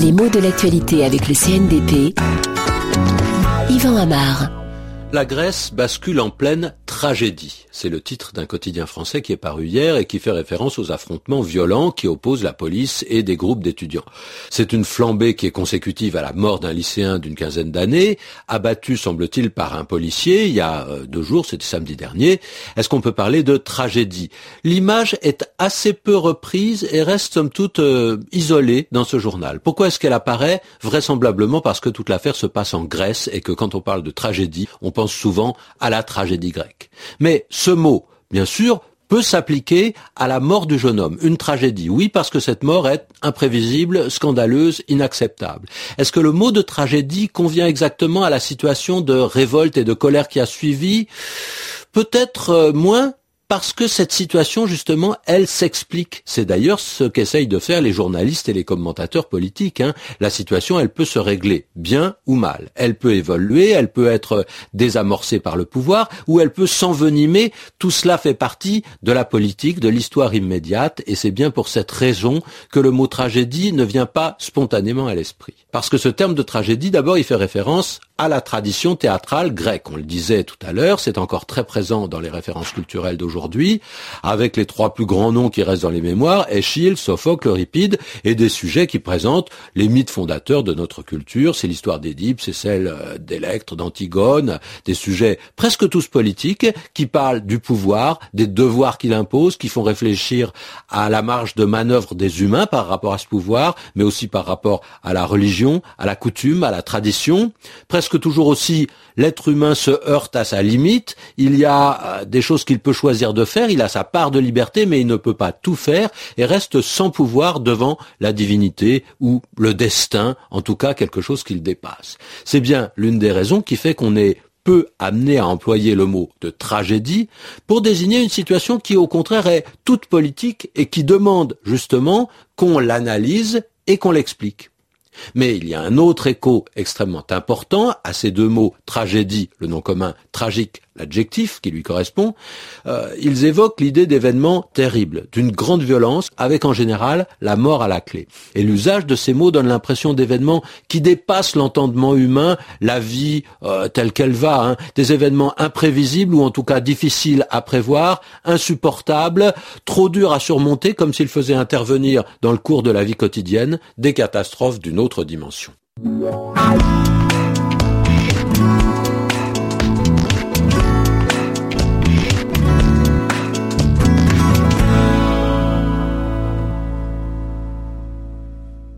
Les mots de l'actualité avec le CNDP. Yvan Amar. La Grèce bascule en pleine tragédie. C'est le titre d'un quotidien français qui est paru hier et qui fait référence aux affrontements violents qui opposent la police et des groupes d'étudiants. C'est une flambée qui est consécutive à la mort d'un lycéen d'une quinzaine d'années, abattu, semble-t-il, par un policier il y a 2 jours, c'était samedi dernier. Est-ce qu'on peut parler de tragédie? L'image est assez peu reprise et reste somme toute isolée dans ce journal. Pourquoi est-ce qu'elle apparaît? Vraisemblablement parce que toute l'affaire se passe en Grèce et que quand on parle de tragédie, on pense souvent à la tragédie grecque. Mais ce mot, bien sûr, peut s'appliquer à la mort du jeune homme. Une tragédie, oui, parce que cette mort est imprévisible, scandaleuse, inacceptable. Est-ce que le mot de tragédie convient exactement à la situation de révolte et de colère qui a suivi? Peut-être moins, parce que cette situation, justement, elle s'explique. C'est d'ailleurs ce qu'essayent de faire les journalistes et les commentateurs politiques. La situation, elle peut se régler, bien ou mal. Elle peut évoluer, elle peut être désamorcée par le pouvoir, ou elle peut s'envenimer. Tout cela fait partie de la politique, de l'histoire immédiate, et c'est bien pour cette raison que le mot tragédie ne vient pas spontanément à l'esprit. Parce que ce terme de tragédie, d'abord, il fait référence à la tradition théâtrale grecque. On le disait tout à l'heure, c'est encore très présent dans les références culturelles d'aujourd'hui, avec les 3 plus grands noms qui restent dans les mémoires, Échille, Sophocle, Euripide, et des sujets qui présentent les mythes fondateurs de notre culture. C'est l'histoire d'Édipe, c'est celle d'Électre, d'Antigone, des sujets presque tous politiques, qui parlent du pouvoir, des devoirs qu'il impose, qui font réfléchir à la marge de manœuvre des humains par rapport à ce pouvoir, mais aussi par rapport à la religion, à la coutume, à la tradition. Presque toujours aussi, l'être humain se heurte à sa limite. Il y a des choses qu'il peut choisir de faire. Il a sa part de liberté, mais il ne peut pas tout faire et reste sans pouvoir devant la divinité ou le destin, en tout cas quelque chose qu'il dépasse. C'est bien l'une des raisons qui fait qu'on est peu amené à employer le mot de tragédie pour désigner une situation qui, au contraire, est toute politique et qui demande justement qu'on l'analyse et qu'on l'explique. Mais il y a un autre écho extrêmement important à ces 2 mots, tragédie, le nom commun, tragique, l'adjectif qui lui correspond. Ils évoquent l'idée d'événements terribles, d'une grande violence, avec en général la mort à la clé. Et l'usage de ces mots donne l'impression d'événements qui dépassent l'entendement humain, la vie telle qu'elle va, des événements imprévisibles ou en tout cas difficiles à prévoir, insupportables, trop durs à surmonter, comme s'ils faisaient intervenir dans le cours de la vie quotidienne des catastrophes d'une autre dimension.